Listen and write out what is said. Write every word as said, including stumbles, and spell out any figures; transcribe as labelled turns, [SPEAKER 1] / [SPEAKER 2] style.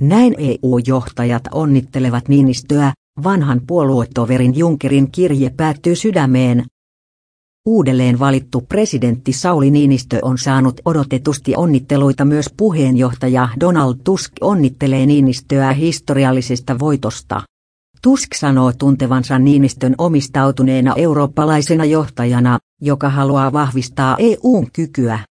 [SPEAKER 1] Näin E U-johtajat onnittelevat Niinistöä, vanhan puoluetoverin Junckerin kirje päättyy sydämeen. Uudelleen valittu presidentti Sauli Niinistö on saanut odotetusti onnitteluita, myös puheenjohtaja Donald Tusk onnittelee Niinistöä historiallisesta voitosta. Tusk sanoo tuntevansa Niinistön omistautuneena eurooppalaisena johtajana, joka haluaa vahvistaa E U:n kykyä